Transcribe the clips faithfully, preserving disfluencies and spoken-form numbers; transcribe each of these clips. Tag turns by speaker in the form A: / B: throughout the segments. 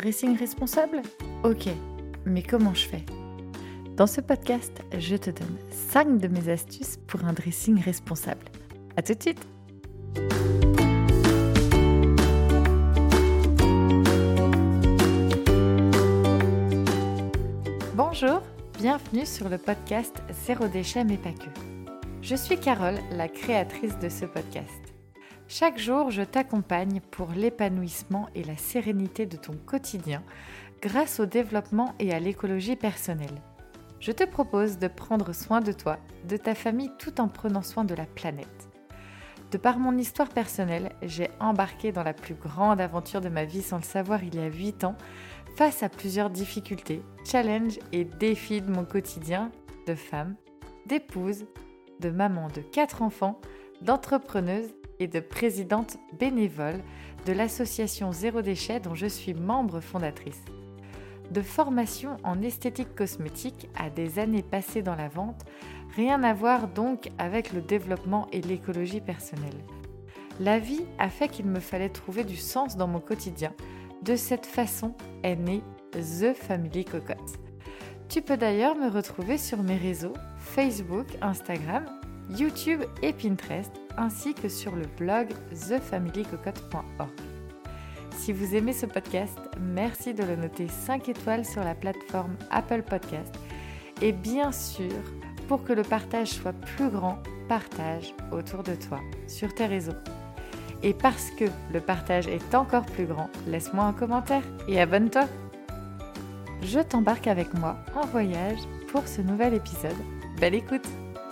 A: dressing responsable ? Ok, mais comment je fais ? Dans ce podcast, je te donne cinq de mes astuces pour un dressing responsable. À tout de suite ! Bonjour, bienvenue sur le podcast Zéro déchet mais pas que. Je suis Carole, la créatrice de ce podcast. Chaque jour, je t'accompagne pour l'épanouissement et la sérénité de ton quotidien grâce au développement et à l'écologie personnelle. Je te propose de prendre soin de toi, de ta famille, tout en prenant soin de la planète. De par mon histoire personnelle, j'ai embarqué dans la plus grande aventure de ma vie sans le savoir il y a huit ans, face à plusieurs difficultés, challenges et défis de mon quotidien de femme, d'épouse, de maman de quatre enfants, d'entrepreneuse et de présidente bénévole de l'association Zéro Déchet dont je suis membre fondatrice. De formation en esthétique cosmétique à des années passées dans la vente, rien à voir donc avec le développement et l'écologie personnelle. La vie a fait qu'il me fallait trouver du sens dans mon quotidien. De cette façon est née The Family Cocotte. Tu peux d'ailleurs me retrouver sur mes réseaux Facebook, Instagram, YouTube et Pinterest, ainsi que sur le blog the family cocotte point org. Si vous aimez ce podcast, merci de le noter cinq étoiles sur la plateforme Apple Podcast. Et bien sûr, pour que le partage soit plus grand, partage autour de toi, sur tes réseaux. Et parce que le partage est encore plus grand, laisse-moi un commentaire et abonne-toi. Je t'embarque avec moi en voyage pour ce nouvel épisode. Belle écoute!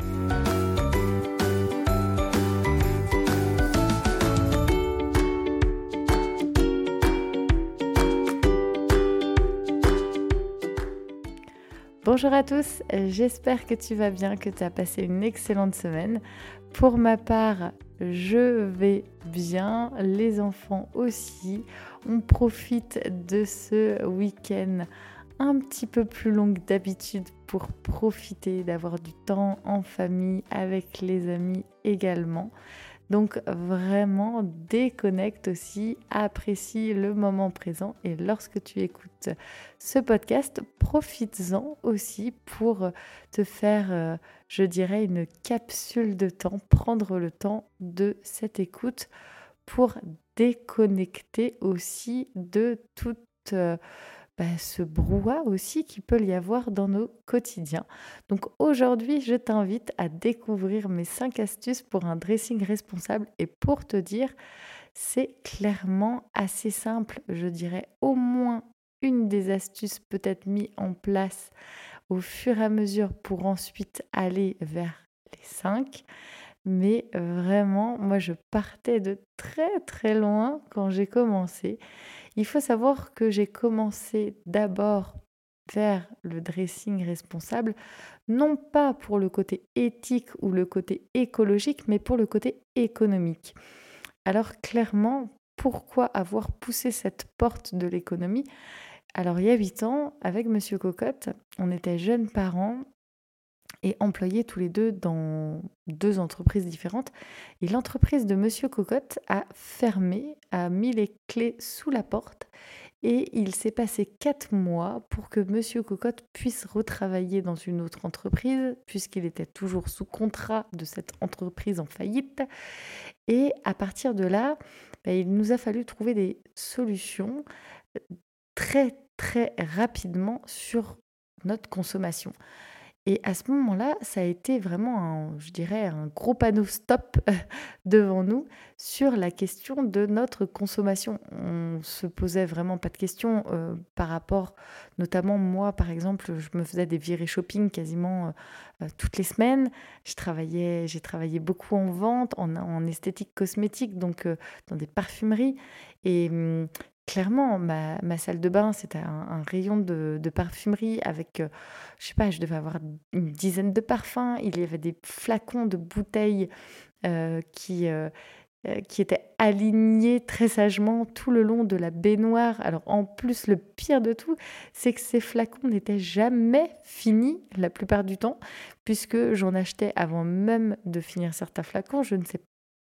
A: Bonjour à tous, j'espère que tu vas bien, que tu as passé une excellente semaine. Pour ma part, je vais bien, les enfants aussi. On profite de ce week-end un petit peu plus long que d'habitude pour profiter d'avoir du temps en famille avec les amis également. Donc vraiment déconnecte aussi, apprécie le moment présent et lorsque tu écoutes ce podcast, profites-en aussi pour te faire, euh, je dirais, une capsule de temps, prendre le temps de cette écoute pour déconnecter aussi de toute euh, bah, ce brouhaha aussi qu'il peut y avoir dans nos quotidiens. Donc aujourd'hui, je t'invite à découvrir mes cinq astuces pour un dressing responsable. Et pour te dire, c'est clairement assez simple. Je dirais au moins une des astuces peut-être mises en place au fur et à mesure pour ensuite aller vers les cinq. Mais vraiment, moi, je partais de très très loin quand j'ai commencé. Il faut savoir que j'ai commencé d'abord vers le dressing responsable, non pas pour le côté éthique ou le côté écologique, mais pour le côté économique. Alors clairement, pourquoi avoir poussé cette porte de l'économie ? Alors il y a huit ans, avec Monsieur Cocotte, on était jeunes parents et employés tous les deux dans deux entreprises différentes. Et l'entreprise de Monsieur Cocotte a fermé, a mis les clés sous la porte et il s'est passé quatre mois pour que Monsieur Cocotte puisse retravailler dans une autre entreprise puisqu'il était toujours sous contrat de cette entreprise en faillite. Et à partir de là, bah, il nous a fallu trouver des solutions très très rapidement sur notre consommation. Et à ce moment-là, ça a été vraiment, un, je dirais, un gros panneau stop devant nous sur la question de notre consommation. On se posait vraiment pas de questions euh, par rapport, notamment moi, par exemple, je me faisais des virées shopping quasiment euh, toutes les semaines. Je travaillais, j'ai travaillé beaucoup en vente, en, en esthétique cosmétique, donc euh, dans des parfumeries. Et hum, clairement, ma, ma salle de bain, c'était un, un rayon de, de parfumerie avec, euh, je sais pas, je devais avoir une dizaine de parfums. Il y avait des flacons de bouteilles euh, qui, euh, euh, qui étaient alignés très sagement tout le long de la baignoire. Alors en plus, le pire de tout, c'est que ces flacons n'étaient jamais finis la plupart du temps, puisque j'en achetais avant même de finir certains flacons. Je ne sais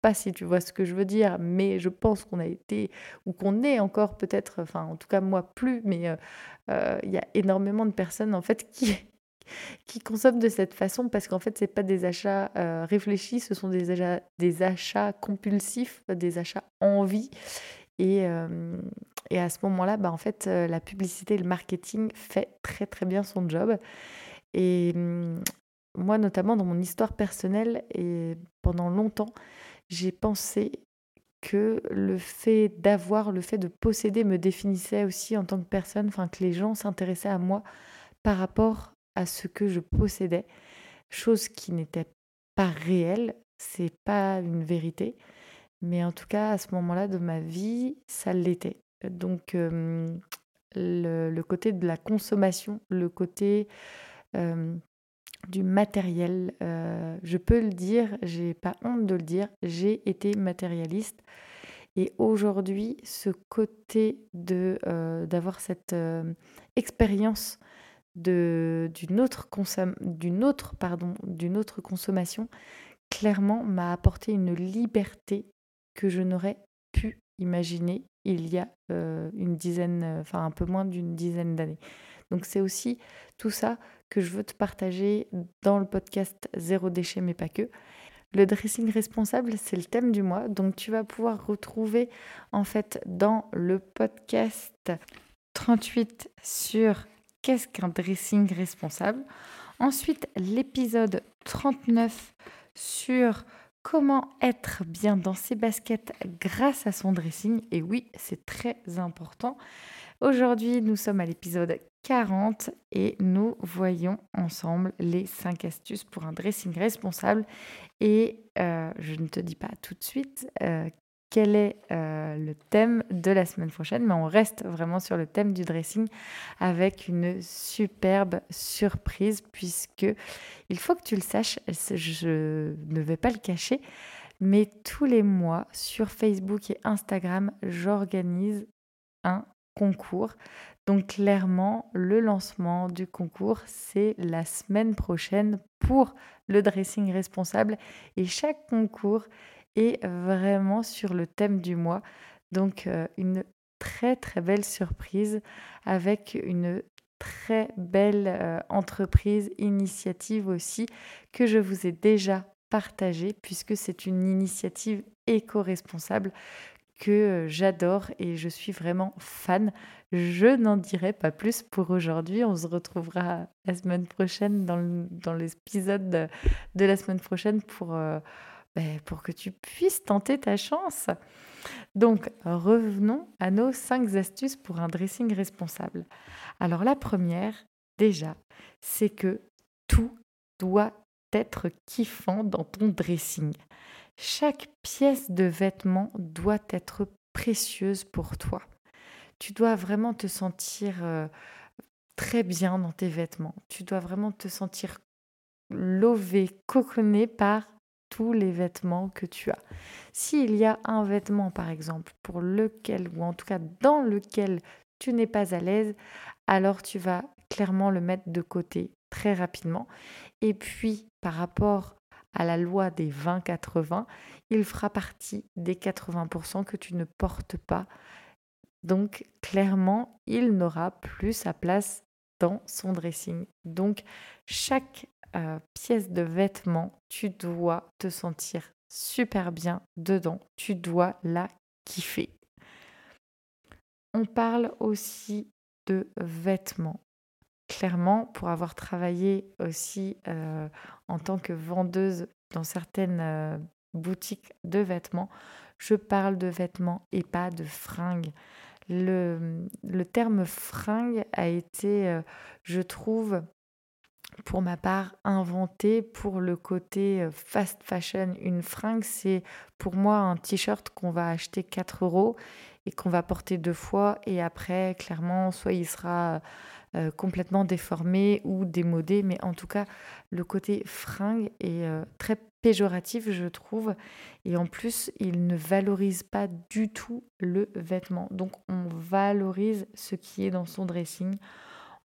A: pas si tu vois ce que je veux dire, mais je pense qu'on a été ou qu'on est encore peut-être, enfin en tout cas moi plus, mais euh, euh, il y a énormément de personnes en fait qui, qui consomment de cette façon parce qu'en fait c'est pas des achats euh, réfléchis, ce sont des achats, des achats compulsifs, des achats envie. Et, euh, et à ce moment-là, bah, en fait, euh, la publicité et le marketing fait très très bien son job. Et hum, moi, notamment dans mon histoire personnelle, et pendant longtemps, j'ai pensé que le fait d'avoir, le fait de posséder me définissait aussi en tant que personne, enfin que les gens s'intéressaient à moi par rapport à ce que je possédais, chose qui n'était pas réelle, c'est pas une vérité, mais en tout cas à ce moment-là de ma vie, ça l'était. Donc euh, le, le côté de la consommation, le côté euh, du matériel. Euh, je peux le dire, j'ai pas honte de le dire, j'ai été matérialiste. Et aujourd'hui, ce côté de euh, d'avoir cette euh, expérience de d'une autre consom- d'une autre pardon d'une autre consommation, clairement m'a apporté une liberté que je n'aurais pu imaginer il y a euh, une dizaine, euh, enfin un peu moins d'une dizaine d'années. Donc c'est aussi tout ça que je veux te partager dans le podcast Zéro déchet mais pas que. Le dressing responsable, c'est le thème du mois. Donc tu vas pouvoir retrouver en fait dans le podcast trente-huit sur qu'est-ce qu'un dressing responsable. Ensuite, l'épisode trente-neuf sur comment être bien dans ses baskets grâce à son dressing. Et oui, c'est très important. Aujourd'hui, nous sommes à l'épisode quarante et nous voyons ensemble les cinq astuces pour un dressing responsable. Et euh, je ne te dis pas tout de suite euh, quel est euh, le thème de la semaine prochaine, mais on reste vraiment sur le thème du dressing avec une superbe surprise puisque il faut que tu le saches, je ne vais pas le cacher, mais tous les mois sur Facebook et Instagram, j'organise un concours. Donc clairement, le lancement du concours, c'est la semaine prochaine pour le dressing responsable. Et chaque concours est vraiment sur le thème du mois. Donc euh, une très très belle surprise avec une très belle euh, entreprise, initiative aussi, que je vous ai déjà partagée puisque c'est une initiative éco-responsable que j'adore et je suis vraiment fan. Je n'en dirai pas plus pour aujourd'hui. On se retrouvera la semaine prochaine dans, le, dans l'épisode de, de la semaine prochaine pour, euh, ben, pour que tu puisses tenter ta chance. Donc, revenons à nos cinq astuces pour un dressing responsable. Alors, la première, déjà, c'est que tout doit être kiffant dans ton dressing. Chaque pièce de vêtement doit être précieuse pour toi. Tu dois vraiment te sentir euh, très bien dans tes vêtements. Tu dois vraiment te sentir lové, coconné par tous les vêtements que tu as. S'il y a un vêtement, par exemple, pour lequel, ou en tout cas dans lequel tu n'es pas à l'aise, alors tu vas clairement le mettre de côté très rapidement. Et puis, par rapport à la loi des vingt quatre-vingts, il fera partie des quatre-vingts pour cent que tu ne portes pas. Donc, clairement, il n'aura plus sa place dans son dressing. Donc, chaque euh, pièce de vêtement, tu dois te sentir super bien dedans. Tu dois la kiffer. On parle aussi de vêtements. Clairement, pour avoir travaillé aussi euh, en tant que vendeuse dans certaines euh, boutiques de vêtements, je parle de vêtements et pas de fringues. Le, le terme fringue a été, euh, je trouve, pour ma part, inventé pour le côté euh, fast fashion. Une fringue, c'est pour moi un t-shirt qu'on va acheter quatre euros et qu'on va porter deux fois. Et après, clairement, soit il sera euh, complètement déformé ou démodé. Mais en tout cas, le côté fringue est euh, très péjoratif, je trouve. Et en plus, il ne valorise pas du tout le vêtement. Donc, on valorise ce qui est dans son dressing.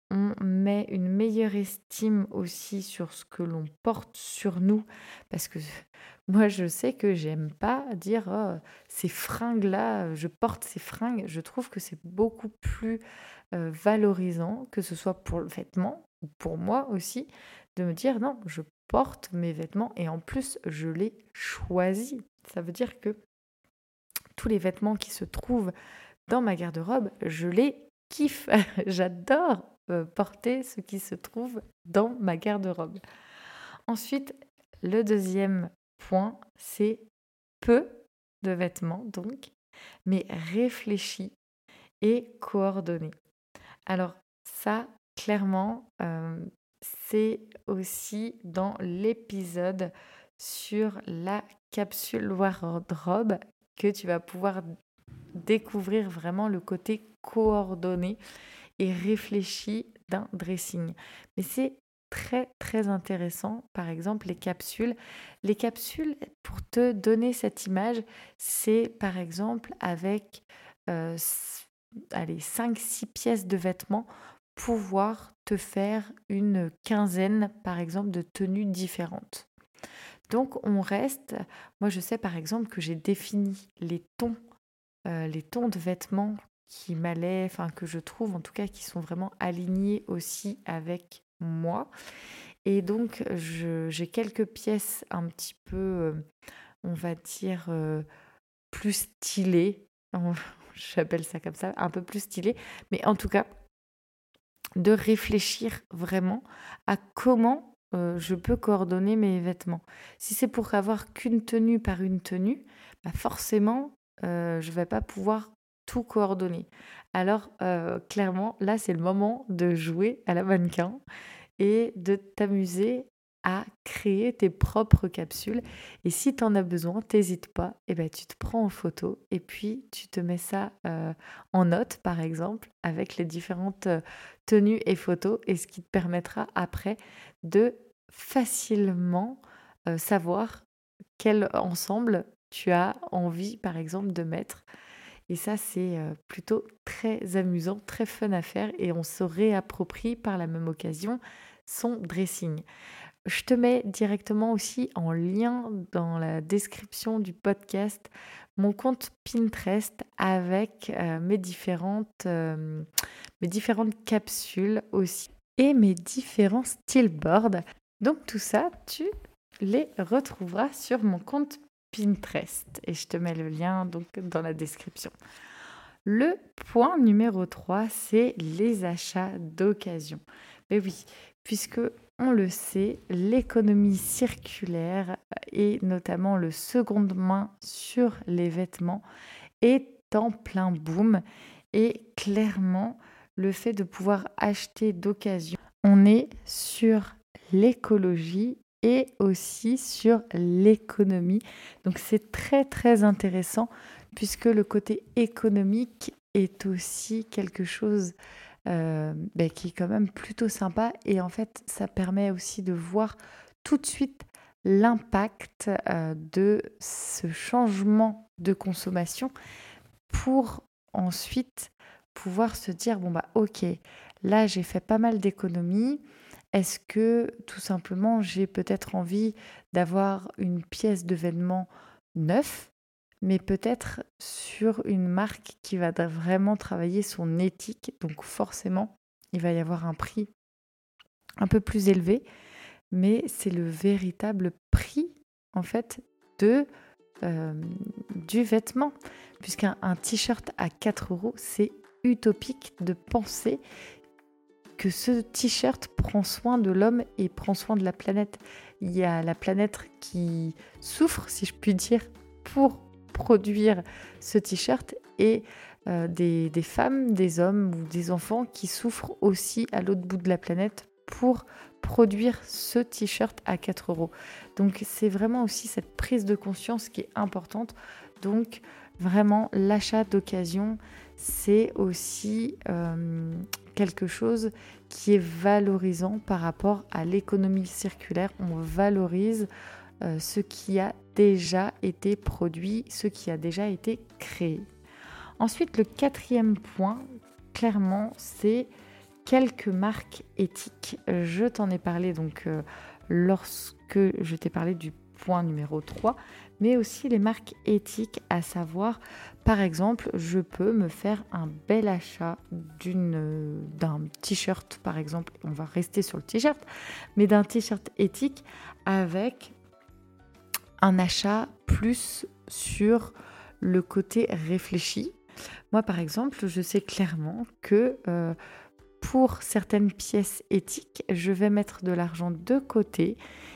A: on met une meilleure estime aussi sur ce que l'on porte sur nous. Parce que moi, je sais que j'aime pas dire oh, ces fringues-là, je porte ces fringues. Je trouve que c'est beaucoup plus euh, valorisant, que ce soit pour le vêtement ou pour moi aussi, de me dire non, je porte mes vêtements et en plus, je les choisis. Ça veut dire que tous les vêtements qui se trouvent dans ma garde-robe, je les kiffe. J'adore euh, porter ce qui se trouve dans ma garde-robe. Ensuite, le deuxième point, c'est peu de vêtements, donc, mais réfléchis et coordonnés. Alors ça, clairement, euh, c'est aussi dans l'épisode sur la capsule wardrobe que tu vas pouvoir découvrir vraiment le côté coordonné et réfléchi d'un dressing. Mais c'est très très intéressant, par exemple les capsules. Les capsules, pour te donner cette image, c'est par exemple avec euh, allez, cinq six pièces de vêtements, pouvoir te faire une quinzaine par exemple de tenues différentes. Donc on reste, moi je sais par exemple que j'ai défini les tons euh, les tons de vêtements qui m'allaient, enfin que je trouve en tout cas qui sont vraiment alignés aussi avec moi. Et donc je, j'ai quelques pièces un petit peu, euh, on va dire, euh, plus stylées. J'appelle ça comme ça, un peu plus stylées. Mais en tout cas, de réfléchir vraiment à comment euh, je peux coordonner mes vêtements. Si c'est pour avoir qu'une tenue par une tenue, bah forcément, euh, je ne vais pas pouvoir tout coordonner. Alors, euh, clairement, là, c'est le moment de jouer à la mannequin et de t'amuser à créer tes propres capsules. Et si tu en as besoin, t'hésites pas, et ben, tu te prends en photo et puis tu te mets ça euh, en note, par exemple, avec les différentes euh, tenues et photos, et ce qui te permettra après de facilement euh, savoir quel ensemble tu as envie, par exemple, de mettre. Et ça, c'est euh, plutôt très amusant, très fun à faire, et on se réapproprie par la même occasion son dressing. Je te mets directement aussi en lien dans la description du podcast mon compte Pinterest avec euh, mes, différentes, euh, mes différentes capsules aussi et mes différents styleboards. Donc tout ça, tu les retrouveras sur mon compte Pinterest et je te mets le lien donc dans la description. Le point numéro trois, c'est les achats d'occasion. Mais oui, puisque on le sait, l'économie circulaire et notamment le seconde main sur les vêtements est en plein boom. Et clairement, le fait de pouvoir acheter d'occasion, on est sur l'écologie et aussi sur l'économie. Donc c'est très très intéressant puisque le côté économique est aussi quelque chose euh, ben, qui est quand même plutôt sympa. Et en fait, ça permet aussi de voir tout de suite l'impact euh, de ce changement de consommation pour ensuite pouvoir se dire, bon bah ok, là j'ai fait pas mal d'économies. Est-ce que tout simplement j'ai peut-être envie d'avoir une pièce de vêtement neuf, mais peut-être sur une marque qui va vraiment travailler son éthique. Donc forcément, il va y avoir un prix un peu plus élevé, mais c'est le véritable prix en fait de, euh, du vêtement. Puisqu'un un t-shirt à quatre euros, c'est utopique de penser que ce t-shirt prend soin de l'homme et prend soin de la planète. Il y a la planète qui souffre, si je puis dire, pour produire ce t-shirt et euh, des, des femmes, des hommes ou des enfants qui souffrent aussi à l'autre bout de la planète pour produire ce t-shirt à quatre euros. Donc c'est vraiment aussi cette prise de conscience qui est importante. Donc vraiment l'achat d'occasion, c'est aussi euh, quelque chose qui est valorisant par rapport à l'économie circulaire. On valorise euh, ce qui a déjà été produit, ce qui a déjà été créé. Ensuite, le quatrième point, clairement, c'est quelques marques éthiques. Je t'en ai parlé donc euh, lorsque je t'ai parlé du point numéro trois, mais aussi les marques éthiques, à savoir, par exemple, je peux me faire un bel achat d'une, euh, d'un t-shirt, par exemple, on va rester sur le t-shirt, mais d'un t-shirt éthique avec un achat plus sur le côté réfléchi. Moi, par exemple, je sais clairement que euh, pour certaines pièces éthiques, je vais mettre de l'argent de côté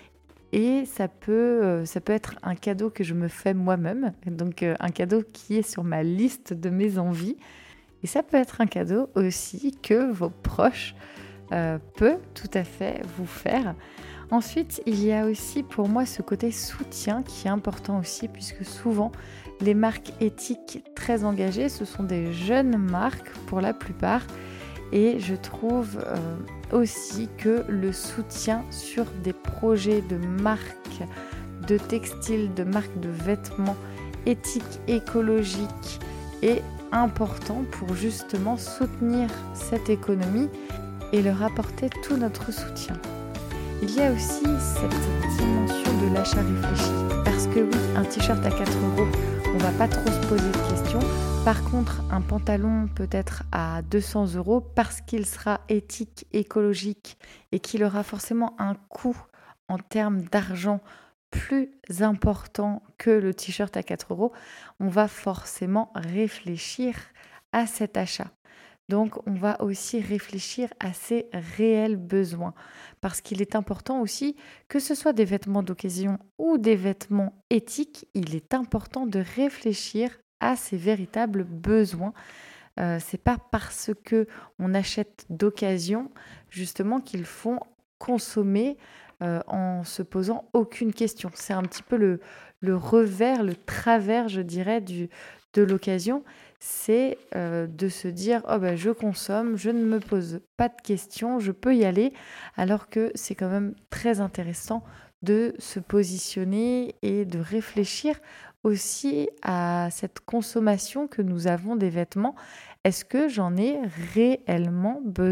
A: et ça peut, euh, ça peut être un cadeau que je me fais moi-même, donc euh, un cadeau qui est sur ma liste de mes envies. Et ça peut être un cadeau aussi que vos proches euh, peuvent tout à fait vous faire. Ensuite, il y a aussi pour moi ce côté soutien qui est important aussi, puisque souvent les marques éthiques très engagées, ce sont des jeunes marques pour la plupart. Et je trouve euh, aussi que le soutien sur des projets de marques de textiles, de marques de vêtements éthiques, écologiques est important pour justement soutenir cette économie et leur apporter tout notre soutien. Il y a aussi cette dimension de l'achat réfléchi. Parce que oui, un t-shirt à quatre euros, on ne va pas trop se poser de questions. Par contre, un pantalon peut-être à deux cents euros parce qu'il sera éthique, écologique et qu'il aura forcément un coût en termes d'argent plus important que le t-shirt à quatre euros, on va forcément réfléchir à cet achat. Donc, on va aussi réfléchir à ses réels besoins parce qu'il est important aussi que ce soit des vêtements d'occasion ou des vêtements éthiques, il est important de réfléchir à ses véritables besoins. Euh, c'est pas parce que on achète d'occasion justement qu'il faut consommer euh, en se posant aucune question. C'est un petit peu le, le revers, le travers, je dirais, du, de l'occasion. C'est euh, de se dire oh ben, je consomme, je ne me pose pas de questions, je peux y aller, alors que c'est quand même très intéressant de se positionner et de réfléchir aussi à cette consommation que nous avons des vêtements. Est-ce que j'en ai réellement besoin ?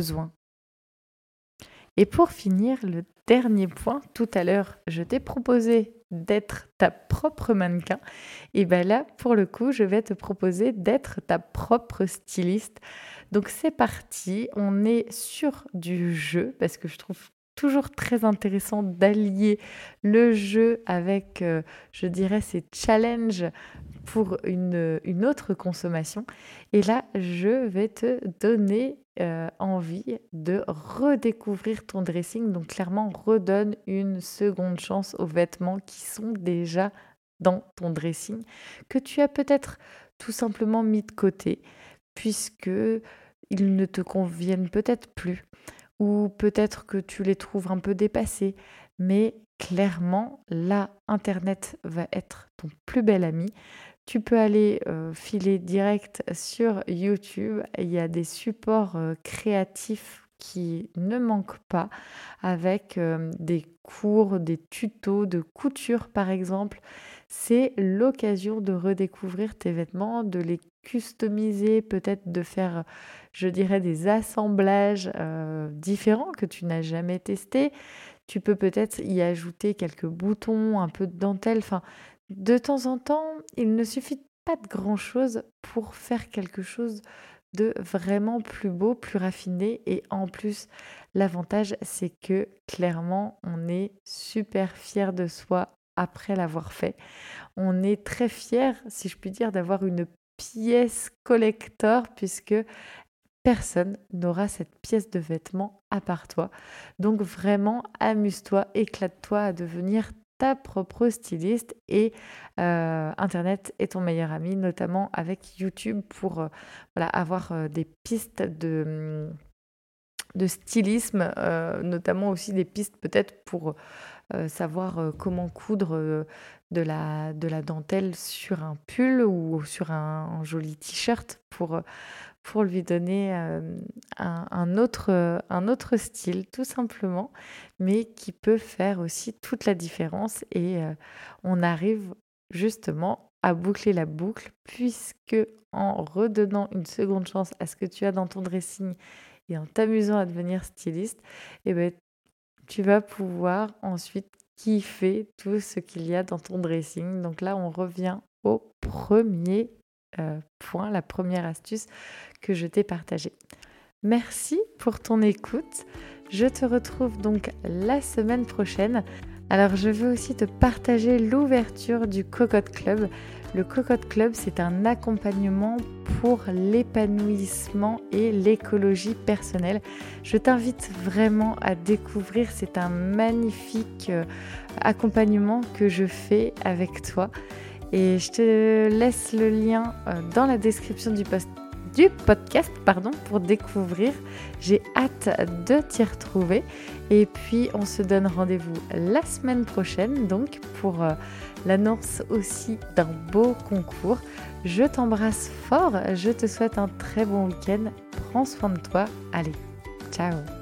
A: Et pour finir, le dernier point, tout à l'heure, je t'ai proposé d'être ta propre mannequin. Et bien là, pour le coup, je vais te proposer d'être ta propre styliste. Donc c'est parti, on est sur du jeu, parce que je trouve toujours très intéressant d'allier le jeu avec, euh, je dirais, ces challenges pour une, une autre consommation. Et là, je vais te donner euh, envie de redécouvrir ton dressing. Donc clairement, redonne une seconde chance aux vêtements qui sont déjà dans ton dressing, que tu as peut-être tout simplement mis de côté, puisque ils ne te conviennent peut-être plus, ou peut-être que tu les trouves un peu dépassés. Mais clairement, là, Internet va être ton plus bel ami. Tu peux aller euh, filer direct sur YouTube. Il y a des supports euh, créatifs qui ne manquent pas, avec euh, des cours, des tutos de couture par exemple. C'est l'occasion de redécouvrir tes vêtements, de les customiser, peut-être de faire, je dirais, des assemblages euh, différents que tu n'as jamais testés. Tu peux peut-être y ajouter quelques boutons, un peu de dentelle, enfin, de temps en temps, il ne suffit pas de grand-chose pour faire quelque chose de vraiment plus beau, plus raffiné. Et en plus, l'avantage, c'est que clairement, on est super fier de soi après l'avoir fait. On est très fier, si je puis dire, d'avoir une pièce collector puisque personne n'aura cette pièce de vêtement à part toi. Donc vraiment, amuse-toi, éclate-toi à devenir ta propre styliste et euh, Internet est ton meilleur ami, notamment avec YouTube pour euh, voilà, avoir euh, des pistes de, de stylisme, euh, notamment aussi des pistes peut-être pour euh, savoir euh, comment coudre euh, de la, de la dentelle sur un pull ou sur un, un joli t-shirt pour, euh, pour lui donner euh, un, un autre, euh, un autre style, tout simplement, mais qui peut faire aussi toute la différence. Et euh, on arrive justement à boucler la boucle, puisque en redonnant une seconde chance à ce que tu as dans ton dressing et en t'amusant à devenir styliste, eh ben, tu vas pouvoir ensuite kiffer tout ce qu'il y a dans ton dressing. Donc là, on revient au premier euh, point, la première astuce que je t'ai partagée. Merci pour ton écoute. Je te retrouve donc la semaine prochaine. Alors, je veux aussi te partager l'ouverture du Cocotte Club. Le Cocotte Club, c'est un accompagnement pour l'épanouissement et l'écologie personnelle. Je t'invite vraiment à découvrir. C'est un magnifique accompagnement que je fais avec toi. Et je te laisse le lien dans la description du post. du podcast pardon, pour découvrir. J'ai hâte de t'y retrouver. Et puis, on se donne rendez-vous la semaine prochaine, donc pour euh, l'annonce aussi d'un beau concours. Je t'embrasse fort. Je te souhaite un très bon week-end. Prends soin de toi. Allez, ciao.